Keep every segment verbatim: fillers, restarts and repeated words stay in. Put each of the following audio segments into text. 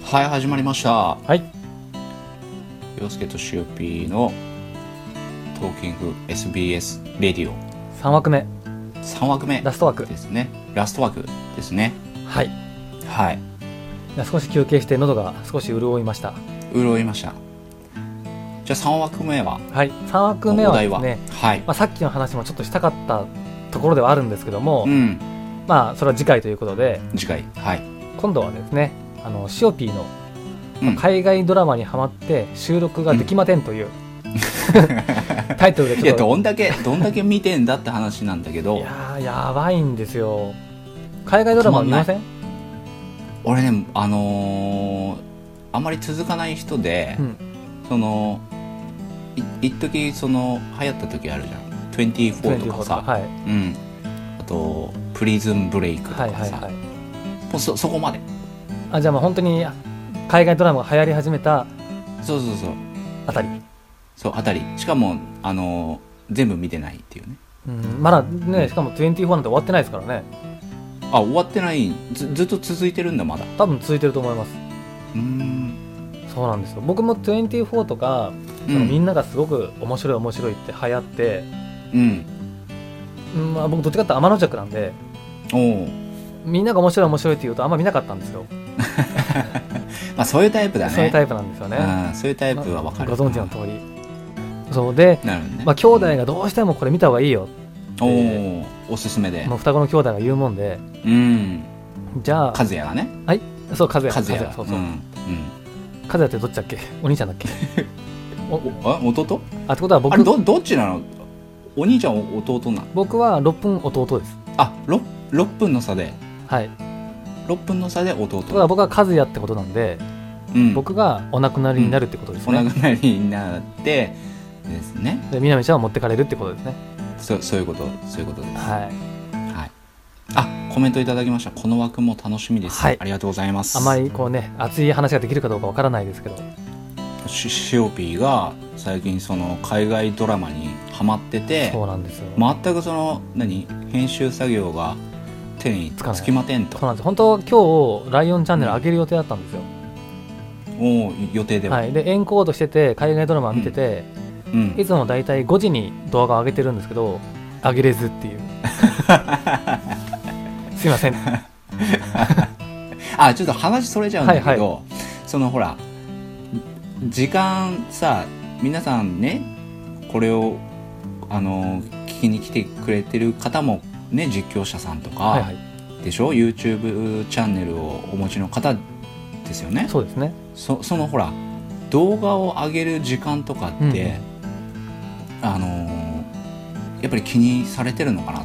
はい、始まりました。 はい。 陽介としおぴーのトーキング エスビーエス レディオさんわくめ。 さんわくめラスト枠ですね。ラスト枠ですね。 はい。 はい。 少し休憩して喉が少し潤いました。 潤いました。じゃあさんわくめは、 はい。さんわくめはですね、 はい。 まあ、さっきの話もちょっとしたかったところではあるんですけども、 うん、 まあそれは次回ということで、 次回、はい。 今度はですね、あのシオピーのうん海外ドラマにハマって収録ができませんという、うん、タイトルでちょっと、 いや、どんだけどんだけ見てんだって話なんだけど、 いやーやばいんですよ。海外ドラマ見ません？ 俺ね、あのー、あまり続かない人で、うん、そのい一時その流行った時あるじゃん、にじゅうよんとかさ、はい、うん、あとプリズンブレイクとかさ、はいはいはい、もう そ, そこまで。 あ、じゃあまあ本当に海外ドラマが流行り始めたそうそうそうあたり、 そうあたり、しかもあの全部見てないっていうね、 うん、まだね、しかもにじゅうよんなんて終わってないですからね。 あ、終わってない。 ず, ずっと続いてるんだ。まだ多分続いてると思います。 うーん、 そうなんですよ。僕もにじゅうよんとか、そのみんながすごく面白い面白いって流行って、うんまあ、僕どっちかっていうと天の弱なんで、おみんなが面白い面白いって言うとあんま見なかったんですよ。 まあそういうタイプだね。 そういうタイプなんですよね。 うん、そういうタイプは分かる、 まあ、ご存知の通り。そうで、ね、まあ、兄弟がどうしてもこれ見た方がいいよって、 おおすすめで、 もう双子の兄弟が言うもんで、 うん、 じゃあ和也がね、 はい、そう和也、 和也、 そうそう、うんうん、和也ってどっちだっけ？お兄ちゃんだっけ？ おあ弟？ あってことは僕、 あれ ど, どっちなの？お兄ちゃん弟なの？ 僕はろっぷん弟です。 あ、 6, 6分の差で、 はい、 ろっぷんの差で弟。 だから僕は和也ってことなんで、うん、僕がお亡くなりになるってことですね、 うん、お亡くなりになってですね。 で南ちゃんは持ってかれるってことですね。 そ, そういうことそういうことです。 はい、 はい、あ、コメントいただきました。この枠も楽しみです、はい、ありがとうございます。 あまりこうね熱い話ができるかどうかわからないですけど、 しおぴーが最近その海外ドラマにハマってて、 そうなんですよ。 全くその何編集作業が手につきませんと。 そうなんです。本当は今日ライオンチャンネル上げる予定だったんですよ、 うん、お予定では、 はい、でエンコードしてて海外ドラマ見てて、うんうん、いつもだいたいごじに動画を上げてるんですけど上げれずっていうすいませんあ、ちょっと話それちゃうんだけど、はいはい、そのほら時間さ、皆さんねこれをあの聞きに来てくれてる方もね、実況者さんとか、はいはい、でしょ、 YouTube チャンネルをお持ちの方ですよね。 そうですね。 そ, そのほら動画を上げる時間とかって、うん、あのやっぱり気にされてるのかなと。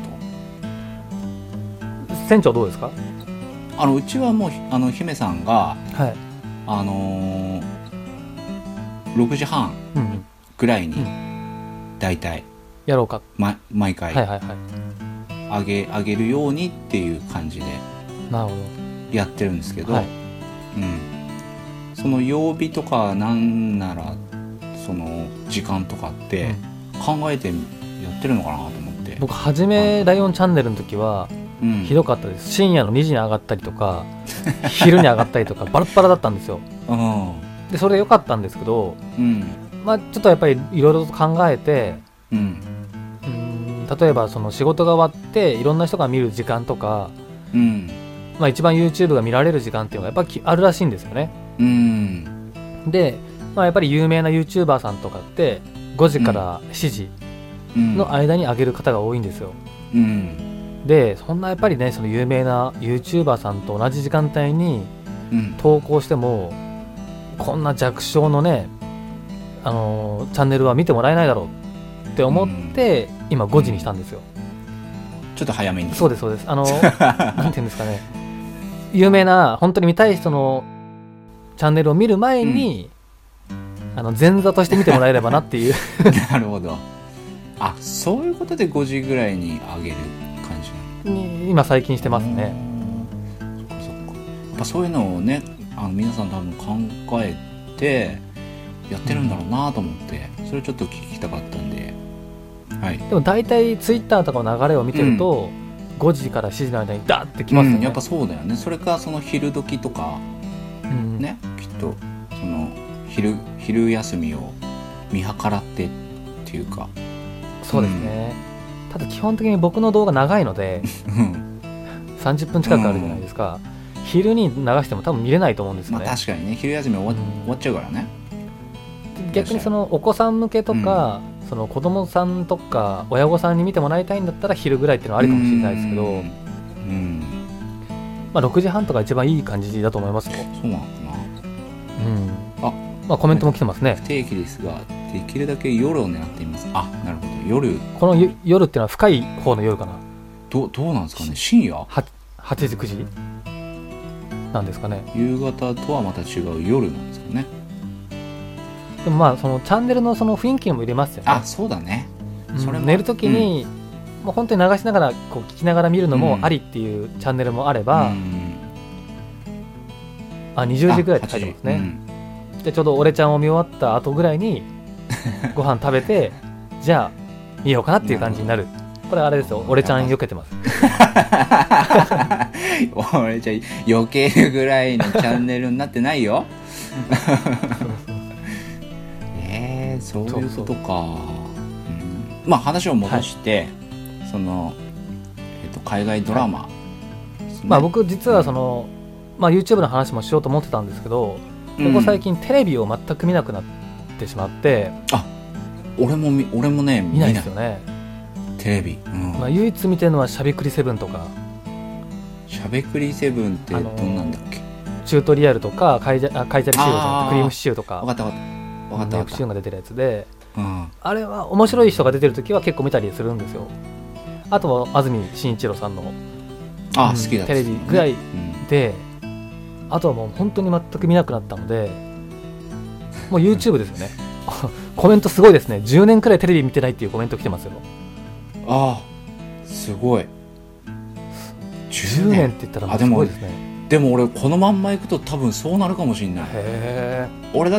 船長どうですか？ あのうちはもうあの姫さんが、はい、あのろくじはんぐらいにだいたいやろうか、 ま、毎回、 はいはいはい上げ、上げるようにっていう感じでやってるんですけど、はい、うん、その曜日とかなんならその時間とかって考えてやってるのかなと思って。 僕初めライオンチャンネルの時はひどかったです、うん、深夜のにじに上がったりとか昼に上がったりとかバラッバラだったんですよ、うん、でそれで良かったんですけど、うん、まあちょっとやっぱりいろいろと考えて、うん例えばその仕事が終わっていろんな人が見る時間とか、うんまあ、一番 YouTube が見られる時間っていうのがやっぱりあるらしいんですよね、うん、で、まあ、やっぱり有名な YouTuber さんとかってごじからしちじの間に上げる方が多いんですよ、うん、でそんなやっぱりねその有名な YouTuber さんと同じ時間帯に投稿しても、うん、こんな弱小のね、あのー、チャンネルは見てもらえないだろうって思って、うん、今ごじにしたんですよ、 うん、ちょっと早めに。 そうですそうです。あのなんていうんですかね、有名な本当に見たい人のチャンネルを見る前に、うん、あの前座として見てもらえればなっていうなるほど。あ、そういうことでごじぐらいに上げる感じに今最近してますね。 そっかそっか。やっぱそういうのをね、あの皆さん多分考えてやってるんだろうなと思って、うん、それちょっと聞きたかったんで、はい、 でも大体ツイッターとかの流れを見てると、うん、ごじからしちじの間にダーってきますよね、 うん、やっぱそうだよね。それかその昼時とか、うん、ね、来とその 昼, 昼休みを見計らってっていうか。 そうですね、うん、ただ基本的に僕の動画長いのでさんじゅっぷん近くあるじゃないですか、うん、昼に流しても多分見れないと思うんですよね。 まあ、確かにね昼休み終わ、うん、終わっちゃうからね。 逆にそのお子さん向けとか、うん、その子供さんとか親御さんに見てもらいたいんだったら昼ぐらいっていうのはありかもしれないですけど、うん、うん、まあ、ろくじはんとか一番いい感じだと思いますよ。 そうなのかな。 うん、あ、まあ、コメントも来てますね。 不定期ですができるだけ夜を狙っています。あ、なるほど、夜。 この夜っていうのは深い方の夜かな。 ど, どうなんですかね。深夜はちじくじなんですかね。 夕方とはまた違う夜なんですかね。 でもまあそのチャンネルのその雰囲気にも入れますよね。 あ、そうだね。 それも寝るときに、うん、もう本当に流しながらこう聞きながら見るのもありっていうチャンネルもあれば、うん、あにじゅうじぐらいって書いてますね、うん、でちょうど俺ちゃんを見終わった後ぐらいにご飯食べてじゃあ見ようかなっていう感じになる。これあれですよ、俺ちゃん避けてます俺ちゃん避けるぐらいのチャンネルになってないよえー、そういうことか。そうそう、うん、まあ話を戻して、はい、その、えー、と海外ドラマ、はい、 まあ、僕実はその、うん、まあ、YouTube の話もしようと思ってたんですけど、ここ最近テレビを全く見なくなってしまって、 うん、あ、俺も俺もね見ないですよねテレビ、うん、 まあ、唯一見てるのはしゃべくりセブンとか。 しゃべくりセブンってどんなんだっけ。 チュートリアルとかカイジャカイジャリシチューじゃなくてクリームシチューとか、 分かった分かった分かった分かった、 シチューが出てるやつで、 うん、 あれは面白い人が出てるときは結構見たりするんですよ。あとは安住紳一郎さんの、 あ、うん、好きだ、 テレビぐらいで、うん、あとはもう本当に全く見なくなったので、もう YouTube ですよねコメントすごいですね。じゅうねんくらいテレビ見てないっていうコメント来てますよ。 ああ、すごい。 じゅうねんって言ったらすごいですね。 でも俺このまんまいくと多分そうなるかもしれない。 へー。 俺だって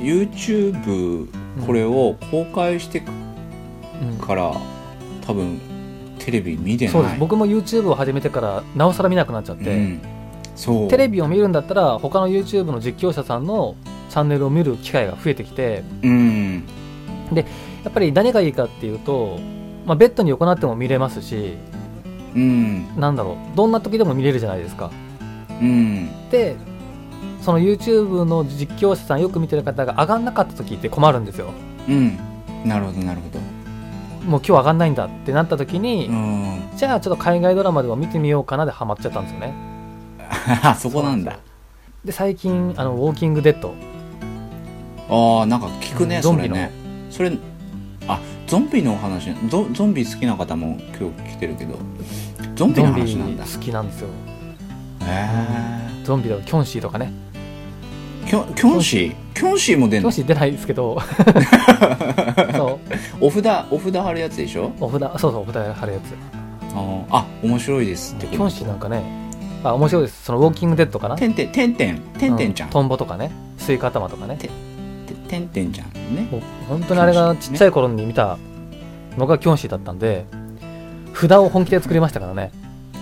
YouTube これを公開してから、うん、多分テレビ見てない。 そうです。僕も YouTube を始めてからなおさら見なくなっちゃって、うん、そうテレビを見るんだったら他の YouTube の実況者さんのチャンネルを見る機会が増えてきて、 うん、 でやっぱり何がいいかっていうと、まあ、ベッドに横になっても見れますし、 うん、 なんだろう、どんな時でも見れるじゃないですか、 うん、 でその YouTube の実況者さんよく見てる方が上がんなかった時って困るんですよ。 うん、なるほどなるほど。 もう今日上がんないんだってなった時に、 うん、 じゃあちょっと海外ドラマでも見てみようかなでハマっちゃったんですよねそこなんだ。 で最近あのウォーキングデッド、 ああ、なんか聞くね、うん、 ゾンビのそれね。それ、あ、ゾンビのお話、ゾゾンビ好きな方も今日来てるけど、ゾンビの話なんだ。 ゾンビ好きなんですよ。 へえ。 ゾンビのキョンシーとかね。 キョキョンシーキョンシーも出んの？ キョンシー出ないですけどそうお札お札貼るやつでしょ。 お札、そうそう、お札貼るやつ。 ああ、面白いですって。 キョンシーなんかね、あ、面白いです。そのウォーキングデッドかな。 てんてんてんてんてんてんちゃん、うん、 トンボとかね、スイカ頭とかね。 ててんてんちゃんね。 もう本当にあれがちっちゃい頃に見たのがキョンシーだったんで、札を本気で作りましたからね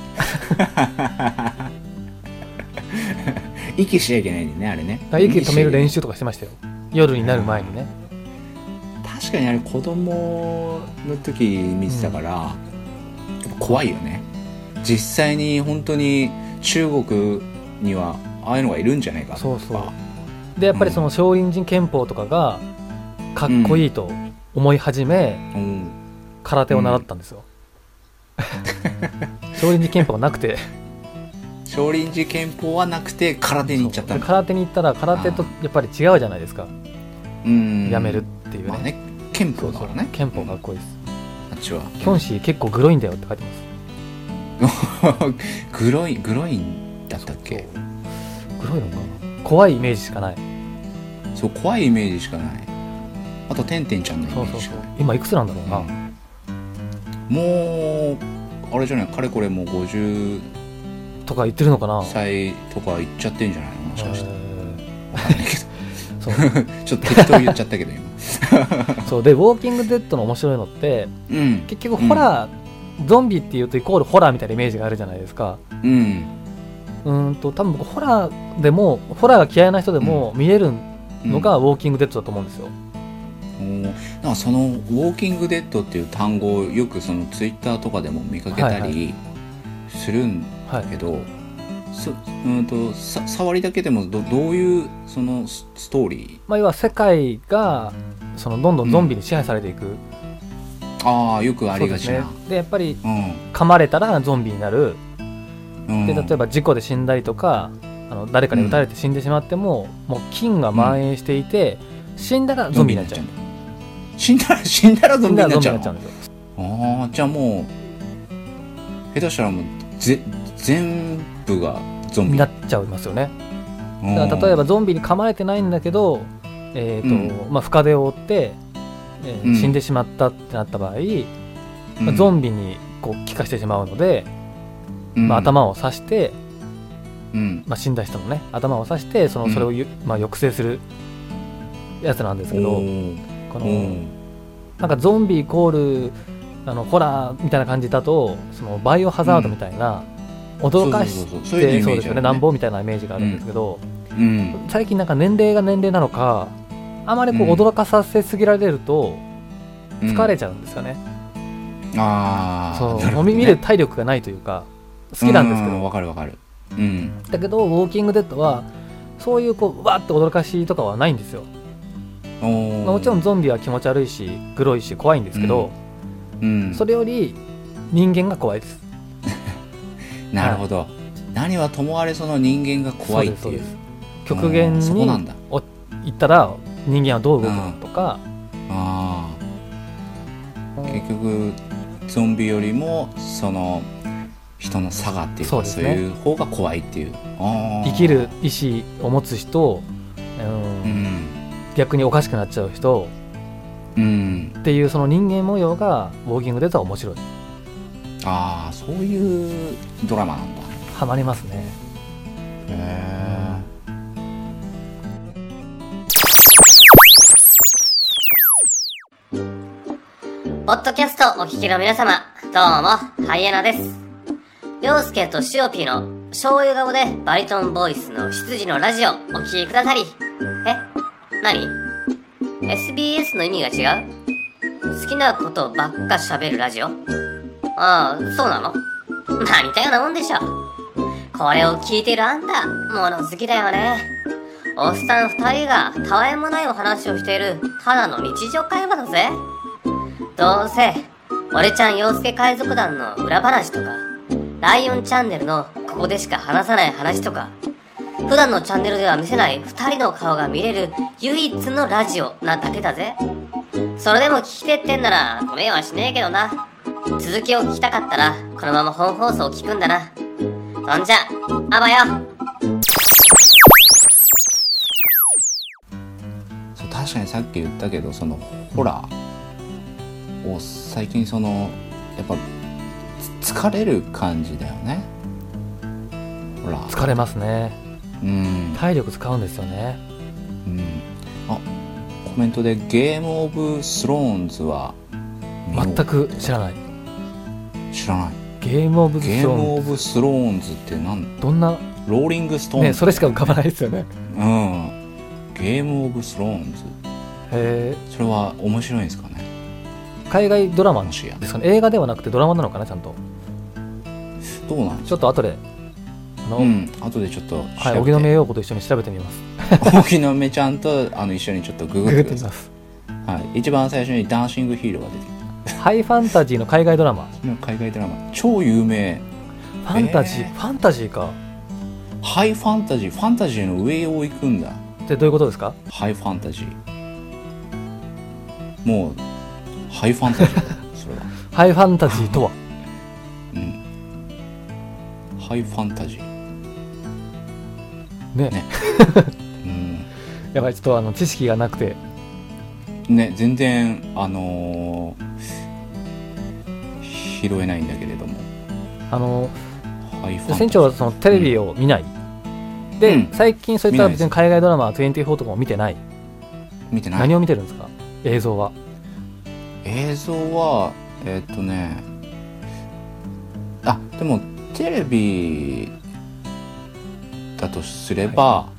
息しちゃいけないんだよね、あれね。 息止める練習とかしてましたよ、夜になる前にね。 確かにあれ子供の時見てたから、うん、やっぱ怖いよね。実際に本当に中国にはああいうのがいるんじゃないかとか。 そうそうでやっぱりその少林寺拳法とかがかっこいいと思い始め、うん、空手を習ったんですよ、うん、少林寺拳法がなくて少林寺拳法はなくて空手に行っちゃったんだ。 空手に行ったら空手とやっぱり違うじゃないですか。 うん、 やめるっていうね、 まあね、拳法だからね。 拳法かっこいいです、 うん、あっちはキョンシー結構グロいんだよって書いてますグロいグロいんだったっけ。 グロいのかな。怖いイメージしかない。 そう、怖いイメージしかない。あとてんてんちゃんのイメージしかない。そうそうそう、 今いくつなんだろうな、うん、 もうあれじゃない、かれこれもうごじゅうとか言ってるのかな。 歳とか言っちゃってんじゃないの、もしかして。わかんないけどそうちょっと適当言っちゃったけど今そうでウォーキングデッドの面白いのって、 うん、 結局ホラー、うん、ゾンビっていうとイコールホラーみたいなイメージがあるじゃないですか、 うん、 うんと多分僕ホラーでもホラーが嫌いな人でも見えるのがウォーキングデッドだと思うんですよ、 うん、なんかそのウォーキングデッドっていう単語をよくそのツイッターとかでも見かけたりするんだけど、はいはい、そうんとさ触りだけでも ど, どういうそのストーリー、 まあ、要は世界がそのどんどんゾンビに支配されていく、うん、 ああよくありがちな で,、ね、 でやっぱり、うん、噛まれたらゾンビになる、うん、で例えば事故で死んだりとかあの誰かに撃たれて死んでしまっても、うん、もう菌が蔓延していて、うん、死んだらゾンビになっちゃう死んだら死んだらゾンビになっちゃうの。 んですよ。 ああじゃあもう下手したらもうぜ全部がゾンビになっちゃいますよね。だから例えばゾンビに噛まれてないんだけど、えーとうんまあ、深手を負って、えーうん、死んでしまったってなった場合、うんまあ、ゾンビにこう気化してしまうので、うんまあ、頭を刺して、うんまあ、死んだ人のね頭を刺してそのそれを、うんまあ、抑制するやつなんですけど、このなんかゾンビイコールあのホラーみたいな感じだとそのバイオハザードみたいな、うん、驚かしてそうですよね乱暴みたいなイメージがあるんですけど、うん、最近なんか年齢が年齢なのかあまりこう驚かさせすぎられると疲れちゃうんですよね、 うん、ああそう、 ね、見る体力がないというか好きなんですけどわかるわかる、うん、 だけどウォーキングデッドはそういうこうわーって驚かしとかはないんですよ。まあ、もちろんゾンビは気持ち悪いしグロいし怖いんですけど、うんうん、それより人間が怖いですなるほど、はい、何はともあれその人間が怖いっていう極限に行ったら人間はどう動くのとか、うん、あ結局ゾンビよりもその人の差がっていうか そう、ね、そういう方が怖いっていうあ生きる意志を持つ人、うんうん、逆におかしくなっちゃう人、うん、っていうその人間模様がウォーキングデッドは面白い。 ああそういうドラマなんだ。 ハマりますね。へえ、 うん、ポッドキャストお聞きの皆様どうもハイエナです。陽介とシオピーの醤油顔でバリトンボイスの執事のラジオお聞きくださり。え何 エスビーエス の意味が違う？好きなことばっか喋るラジオ？ああ、そうなの？まあ似たようなもんでしょ。これを聞いてるあんた、物好きだよね。おっさん二人がたわいもないお話をしているただの日常会話だぜ。どうせ俺ちゃん陽介海賊団の裏話とかライオンチャンネルのここでしか話さない話とか普段のチャンネルでは見せない二人の顔が見れる唯一のラジオなだけだぜ。それでも聞きてってんなら止めはしねえけどな。続きを聞きたかったらこのまま本放送を聞くんだな。そんじゃあばよ。 そう確かにさっき言ったけどそのホラーを最近そのやっぱ疲れる感じだよね。ホラー疲れますね、うん、体力使うんですよね、 うん、あコメントでゲームオブスローンズは全く知らない。 知らない。 ゲームオブスローンズ、 ゲームオブスローンズって何？ どんなローリングストーンズ、 ね、それしか浮かばないですよね。 うん。ゲームオブスローンズ。へえ。それは面白いんですかね。 海外ドラマですかね。映画ではなくてドラマなのかなちゃんと。 どうなんですか。 ちょっと後で。 あのうん。後でちょっと調べて。 はい。荻野目洋子と一緒に調べてみます。 荻野目ちゃんとあの一緒にちょっとググってください。ググってみます。はい。一番最初にダンシングヒーローが出てきた。 ハイファンタジーの海外ドラマ。 海外ドラマ超有名。 ファンタジー、えー、ファンタジーか。 ハイファンタジー、ファンタジーの上を行くんだ。 ってどういうことですか？ ハイファンタジー。もうハイファンタジーだそれは。 ハイファンタジーとは。 うん。ハイファンタジー。 ね。ねうん。やばいちょっとあの知識がなくて。 ね、全然あのー、拾えないんだけれどもあのー、船長はそのテレビを見ない、うん、で、うん、最近そういった別に海外ドラマにじゅうよんとかも見てない見てない。 何を見てるんですか？映像は映像はえー、っとねあでもテレビだとすれば、はい、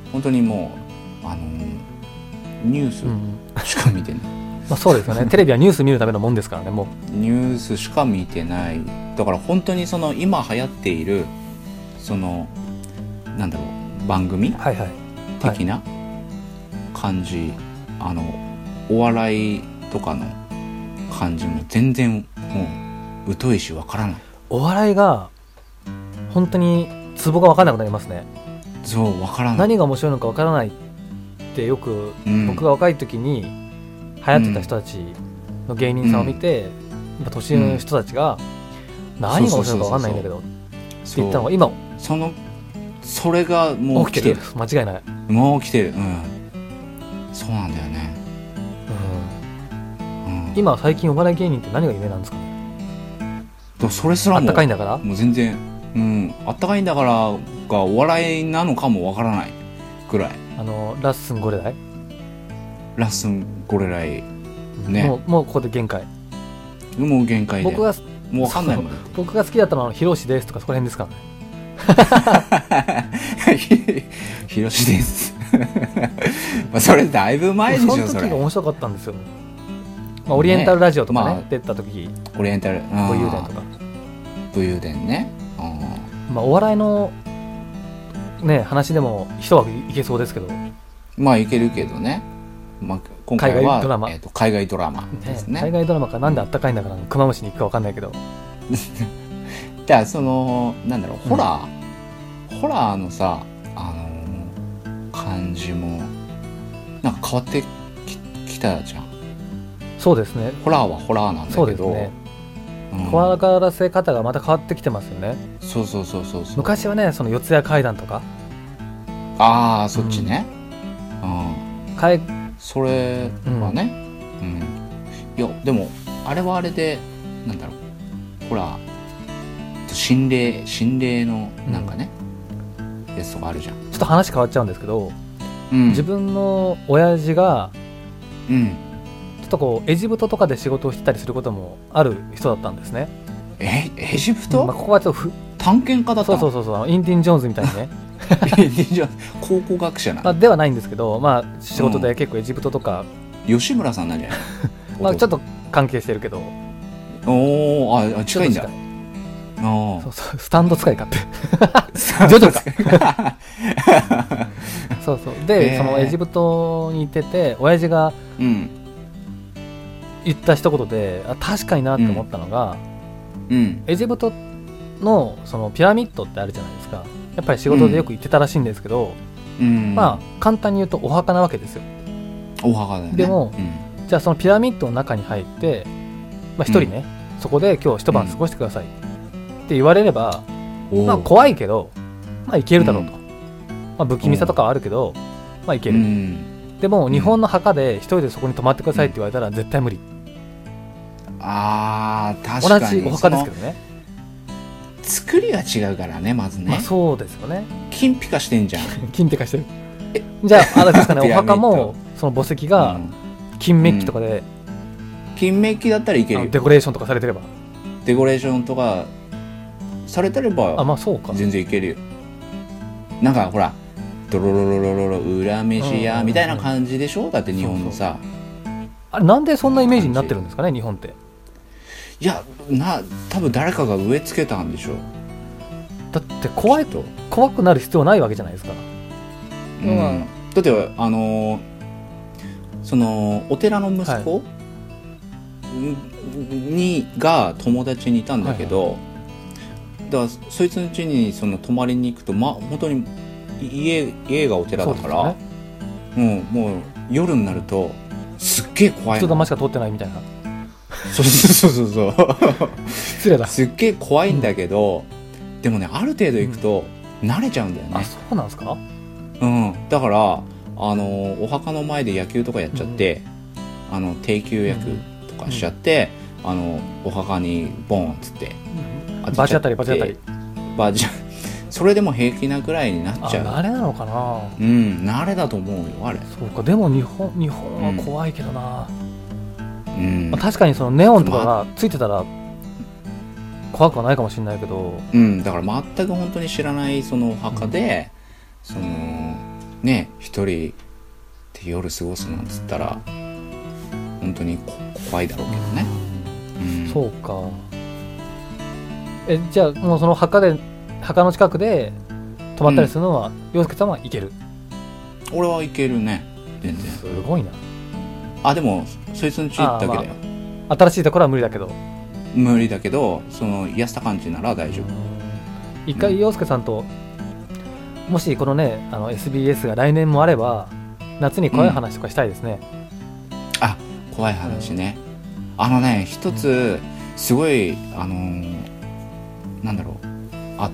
本当にもうあのニュースしか見てない、うんまあ、そうですよねテレビはニュース見るためのもんですからね。もうニュースしか見てない。だから本当にその今流行っているそのなんだろう番組、はいはい、的な感じ、はい、あのお笑いとかの感じも全然もう疎いしわからない。 お笑いが本当にツボが分からなくなりますね。 そう分からない。 何が面白いのか分からないってよく、うん、僕が若い時に流行ってた人たちの芸人さんを見て、うん、年上の人たちが、うん、何が面白いのか分かんないんだけどって言ったのが今そのそれがもう起きてる。間違いない。 もう起きてる、うん、そうなんだよね、 うんうん、今最近お笑い芸人って何が有名なんですかね。 それすらもあったかいんだからもう全然、うん、あったかいんだからがお笑いなのかもわからないぐらい。 あのラッスンゴレライラッスンゴレライね。 もう、もうここで限界。 もう限界で。 僕がもうわかんないもん。 僕が好きだったのはヒロシですとかそこら辺ですからね。 ヒロシです。まあそれだいぶ前でしょ。その時が面白かったんですよ。まあ、オリエンタルラジオとかね、まあ、出た時オリエンタル武勇伝とか武勇伝ね。 まあお笑いのね話でも一枠いけそうですけど。 まあいけるけどね。まあ、今回は海外ドラマ、 えー、と海外ドラマですね。 ね海外ドラマかなんであったかいんだからクマムシに行くか分かんないけど。 じゃあそのなんだろう、うん、ホラーホラーのさあのー、感じもなんか変わってき、きたじゃん。 そうですね。 ホラーはホラーなんだけど。そうですね。 うん、怖がらせ方がまた変わってきてますよね。 そうそうそうそうそう。 昔はねその四谷怪談とか。 ああそっちね。うん。 うん、かいそれはね、うんうん、いやでもあれはあれでなんだろう、ほら心霊心霊のなんかね、うん、やつとかあるじゃん。 ちょっと話変わっちゃうんですけど、うん、自分の親父が、うん、ちょっとこうエジプトとかで仕事をしてたりすることもある人だったんですね。 えエジプト、 まあ、ここはちょっとふ探検家だったの。 そうそうそうそうインディ・ジョーンズみたいにね考古学者なの、 まあ、ではないんですけど、まあ、仕事で結構エジプトとか、 うん、吉村さんなんじゃないまあちょっと関係してるけど。 おーあ近いんだ。 おそうそうスタンド使いかってジョジョかそうそうで、えー、そのエジプトに行ってて親父が言った一言で、うん、あ確かになって思ったのが、うん、エジプト の, そのピラミッドってあるじゃないですか。やっぱり仕事でよく行ってたらしいんですけど、うん、まあ簡単に言うとお墓なわけですよ。 お墓だよね。 でも、うん、じゃあそのピラミッドの中に入ってまあ一人ね、うん、そこで今日一晩過ごしてくださいって言われれば、うん、まあ怖いけどまあいけるだろうと、うん、まあ不気味さとかはあるけどまあいける、うん、でも日本の墓で一人でそこに泊まってくださいって言われたら絶対無理、うん、 あー確かに同じお墓ですけどね。 作りが違うからねまずね、 まあ、そうですよね。 金ピカしてんじゃん金ピカしてる。じゃああれですかねお墓もその墓石が金メッキとかで、 うん、金メッキだったらいけるよ。 デコレーションとかされてればデコレーションとかされてればあ、まあ、そうか全然いけるよ。なんかほらドロロロロロロ裏飯屋みたいな感じでしょ。だって日本のさそうそうあれなんでそんなイメージになってるんですかね日本って。 いやな多分誰かが植え付けたんでしょ。 だって怖いと怖くなる必要ないわけじゃないですか、 うん、だってあのそのお寺の息子、はい、にが友達にいたんだけど、はいはい、だからそいつの家にその泊まりに行くとま本当に 家, 家がお寺だから、ね、もうもう夜になるとすっげえ怖いの。 人玉しか通ってないみたいな。 そうそうそうそう失礼だ。 すっげえ怖いんだけど、うん、でもねある程度行くと慣れちゃうんだよね、 うん、あそうなんですか。 うんだからあのお墓の前で野球とかやっちゃって、うん、あの定休野球とかしちゃって、うん、あのお墓にボンっつって、 うん、バチ当たりバチ当たりバチそれでも平気なぐらいになっちゃう。 あ慣れなのかな。 うん慣れだと思うよあれ。 そうかでも日本日本は怖いけどな、うんうんまあ、確かにそのネオンとかがついてたら怖くはないかもしれないけど、 うん、だから全く本当に知らないそのお墓で、 そのね一人で夜過ごすなんつったら本当に怖いだろうけどね、 うん、そうか。えじゃあもうその墓で墓の近くで泊まったりするのは、うん、陽介さんは行ける？ 俺は行けるね全然。 すごいな。 あでもそいつの家だけだよ、 まあ、新しいところは無理だけど無理だけどその安田感じなら大丈夫。 一回陽介さんと、うん、もしこのねあの エスビーエス が来年もあれば夏に怖い話とかしたいですね、 うん、あ怖い話ね、うん、あのね一つすごい、うん、あのー、なんだろうあって、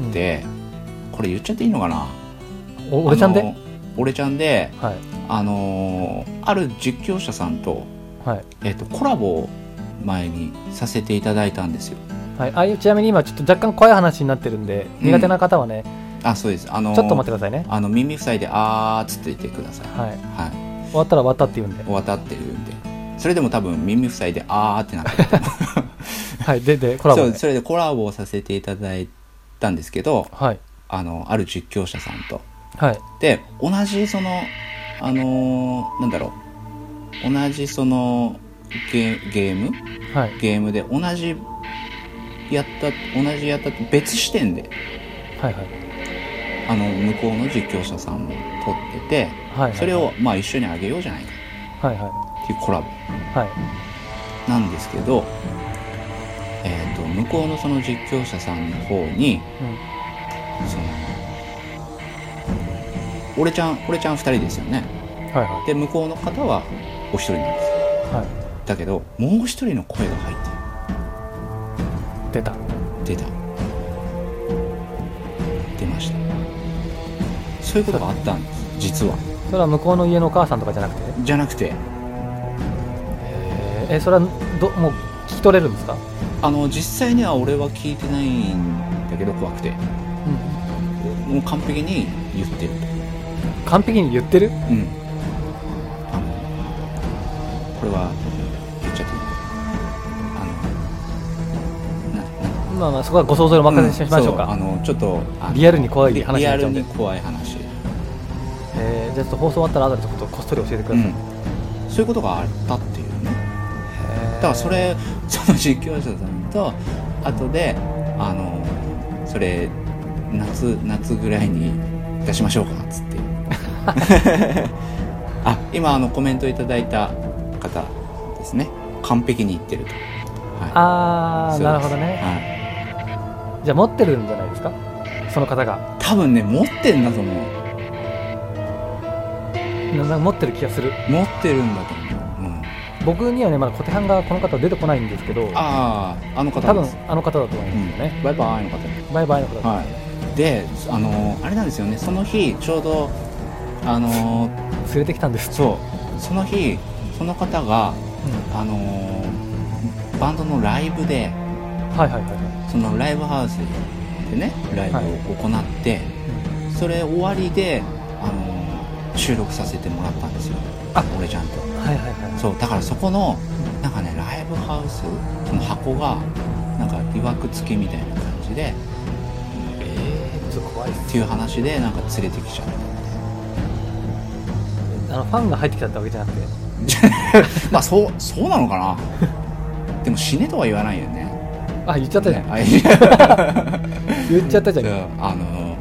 うん、これ言っちゃっていいのかな。 お俺ちゃんで俺ちゃんで、 はい、 あのー、ある実況者さんと、 はいえーと、コラボを前にさせていただいたんですよ。 はい、あちなみに今ちょっと若干怖い話になってるんで、うん、苦手な方はね、 あそうです、あのー、 ちょっと待ってくださいね。 あの耳塞いであーっつって言ってください。 はい、 はい、 終わったら終わったって言うんで終わったって言うんで、それでも多分耳塞いであーってなってるはいででコラボでそ, それでコラボをさせていただいたんですけど、 はい、 あのある実況者さんと、 はい、で同じそのあのー、なんだろう同じその ゲ, ゲーム、はい、ゲームで同じやった同じやった別視点で、はいはい、あの向こうの実況者さんも撮ってて、はいはいはい、それをまあ一緒にあげようじゃないかっていうコラボなんですけど、はいえー、と向こうのその実況者さんの方に、うん、その俺ちゃん俺ちゃんふたりですよね、はいはい、で向こうの方はお一人なんです、はい、だけどもう一人の声が入ってる。 出た出た出ました。そういうことがあったんです実は。 それは向こうの家のお母さんとかじゃなくてじゃなくてえー、それはどもう聞き取れるんですか？ あの実際には俺は聞いてないんだけど怖くて、うん、もう完璧に言ってる。 完璧に言ってる？うん。 あのこれは言っちゃっていい？あのまあまあそこはご想像にお任せしましょうか。 うん、そうあのちょっとリアルに怖い話にリアなっちゃうんで。 リアルに怖い話。 えー、じゃあちょっと放送終わったら後でちょっとこっそり教えてください。うん、 そういうことがあったっていうね。だからそれその実況者さんと後であのそれ夏夏ぐらいに出しましょうかっつって。あ今あのコメントいただいた方ですね。完璧に言ってると。はい、 ああなるほどね。はい、じゃあ持ってるんじゃないですかその方が。 多分ね持ってんだと思う。 なんか持ってる気がする。 持ってるんだと思う。うん、 僕にはねまだ小手半がこの方出てこないんですけど。 あああの方多分あの方だと思いますよね。 うん、バイバイの方。 バイバイの方。 はい。であのあれなんですよね。その日ちょうどあの連れてきたんです。 そうその日その方が、うん、あのバンドのライブで、 はいはいはいはい、 そのライブハウスでねライブを行って、はい、それ終わりであの収録させてもらったんですよ。あ俺ちゃんと。 はいはいはい。 そうだからそこのなんかねライブハウスその箱がなんかいわくつきみたいな感じで、 えー、ちょっと怖いっすっていう話でなんか連れてきちゃった。 あのファンが入ってきたってわけじゃなくてまあそうそうなのかなでも死ねとは言わないよね。 あ言っちゃったじゃん、ね、言っちゃったじゃん、 あの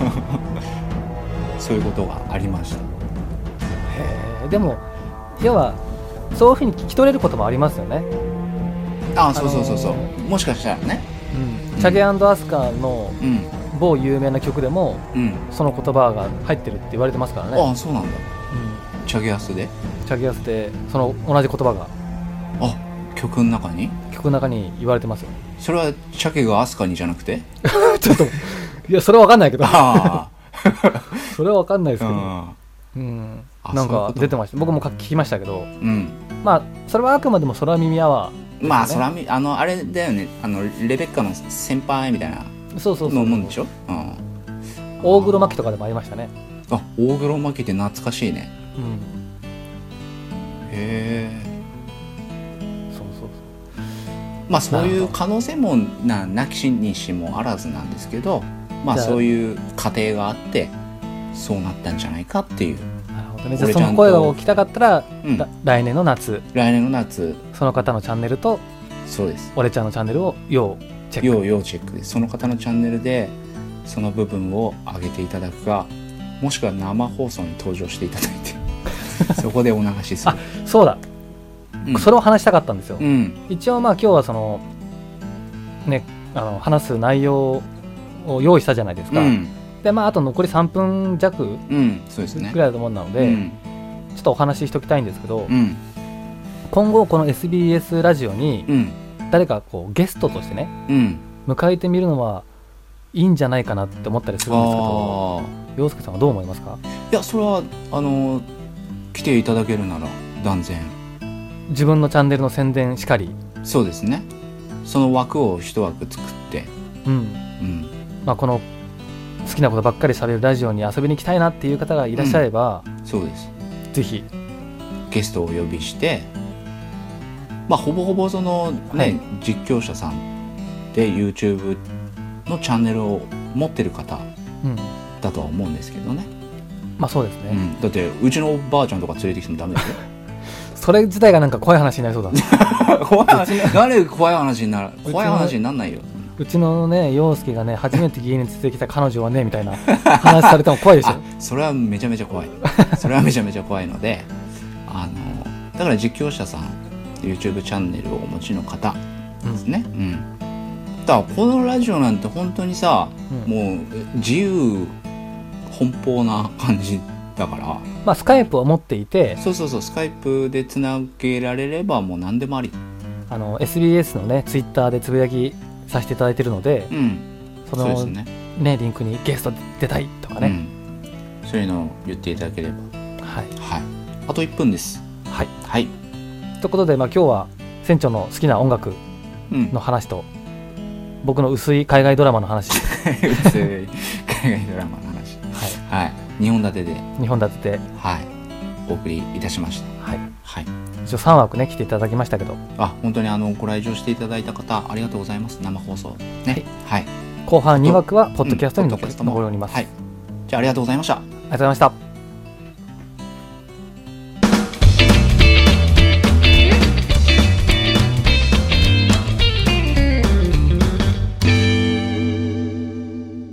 そういうことがありました。 へえ。でも要はそういうふうに聞き取れることもありますよね。 ああそうそうそうそう、あのー、もしかしたらね、 うん、チャゲ&アスカの某有名な曲でも、うん、その言葉が入ってるって言われてますからね。 ああそうなんだ、うん、チャゲアスでチャゲアスでその同じ言葉があ曲の中に曲の中に言われてますよ。 それはチャゲがアスカにじゃなくてちょっといやそれは分かんないけどあそれは分かんないですけど、うん、なんか出てました。僕も聞きましたけど、うん、まあそれはあくまでも空耳アワー、ね、 まあ空耳あのあれだよね、あのレベッカの先輩みたいなそうそうそうのもんでしょ、うん、 大黒摩季とかでもありましたね。 あ大黒摩季って懐かしいね、うん、へえそうそうそう。 まあそういう可能性もななきにしもあらずなんですけど、まあそういう過程があってそうなったんじゃないかっていう。 なるほどね。じゃあその声が聞きたかったら、うん、来年の夏来年の夏その方のチャンネルとそうです俺ちゃんのチャンネルを要チェック要要チェックです。その方のチャンネルでその部分を上げていただくか、もしくは生放送に登場していただいてそこでお流しする。 あ、そうだ、うん、それを話したかったんですよ、 うん、 一応まあ今日はそのねあの話す内容を用意したじゃないですか、うん、でまああと残りさんぷん弱ぐらいだと思うので、うん、ちょっとお話ししておきたいんですけど、うん、今後この エスビーエス ラジオに誰かこうゲストとしてね、うん、迎えてみるのはいいんじゃないかなって思ったりするんですけど、陽介さんはどう思いますか？ いや、それはあの来ていただけるなら断然。 自分のチャンネルの宣伝しかり。 そうですね。その枠を一枠作って、 うんうん、まあ、この好きなことばっかり喋るラジオに遊びに行きたいなっていう方がいらっしゃれば、 うん、そうです。 ぜひゲストをお呼びして、まあほぼほぼそのね、はい、実況者さんで YouTube のチャンネルを持ってる方だとは思うんですけどね、 うん、まあそうですね、 うん、だってうちのばあちゃんとか連れてきてもダメですよそれ自体がなんか怖い話になりそうだ怖い話誰怖い話になる怖い話にならないよ。 うちのね陽介がね初めて家に連れてきた彼女はねみたいな話されても怖いでしょそれはめちゃめちゃ怖いそれはめちゃめちゃ怖いので、あのだから実況者さん YouTube チャンネルをお持ちの方ですね、うん、うん、だからこのラジオなんて本当にさ、うん、もう自由奔放な感じだから、 まあスカイプを持っていて、 そうそうそう、スカイプでつなげられればもう何でもあり。 あの エスビーエス のねツイッターでつぶやきさせていただいているので、うん、そのそうですね、ね、リンクにゲスト出たいとかね、 うん、そういうのを言っていただければ、 はい、 はい、あといっぷんです。 はい、 はい、 ということで、まあ、今日は船長の好きな音楽の話と、うん、僕の薄い海外ドラマの話薄い海外ドラマの話、はいはい、にほん立てでにほん立てで、 はい、お送りいたしました。はい、はい、 一応さんわくね来ていただきましたけど、 あ、本当にあのご来場していただいた方ありがとうございます。生放送ね、はい、 後半にわくはポッドキャストに残ります、はい、 じゃあありがとうございました。ありがとうございました。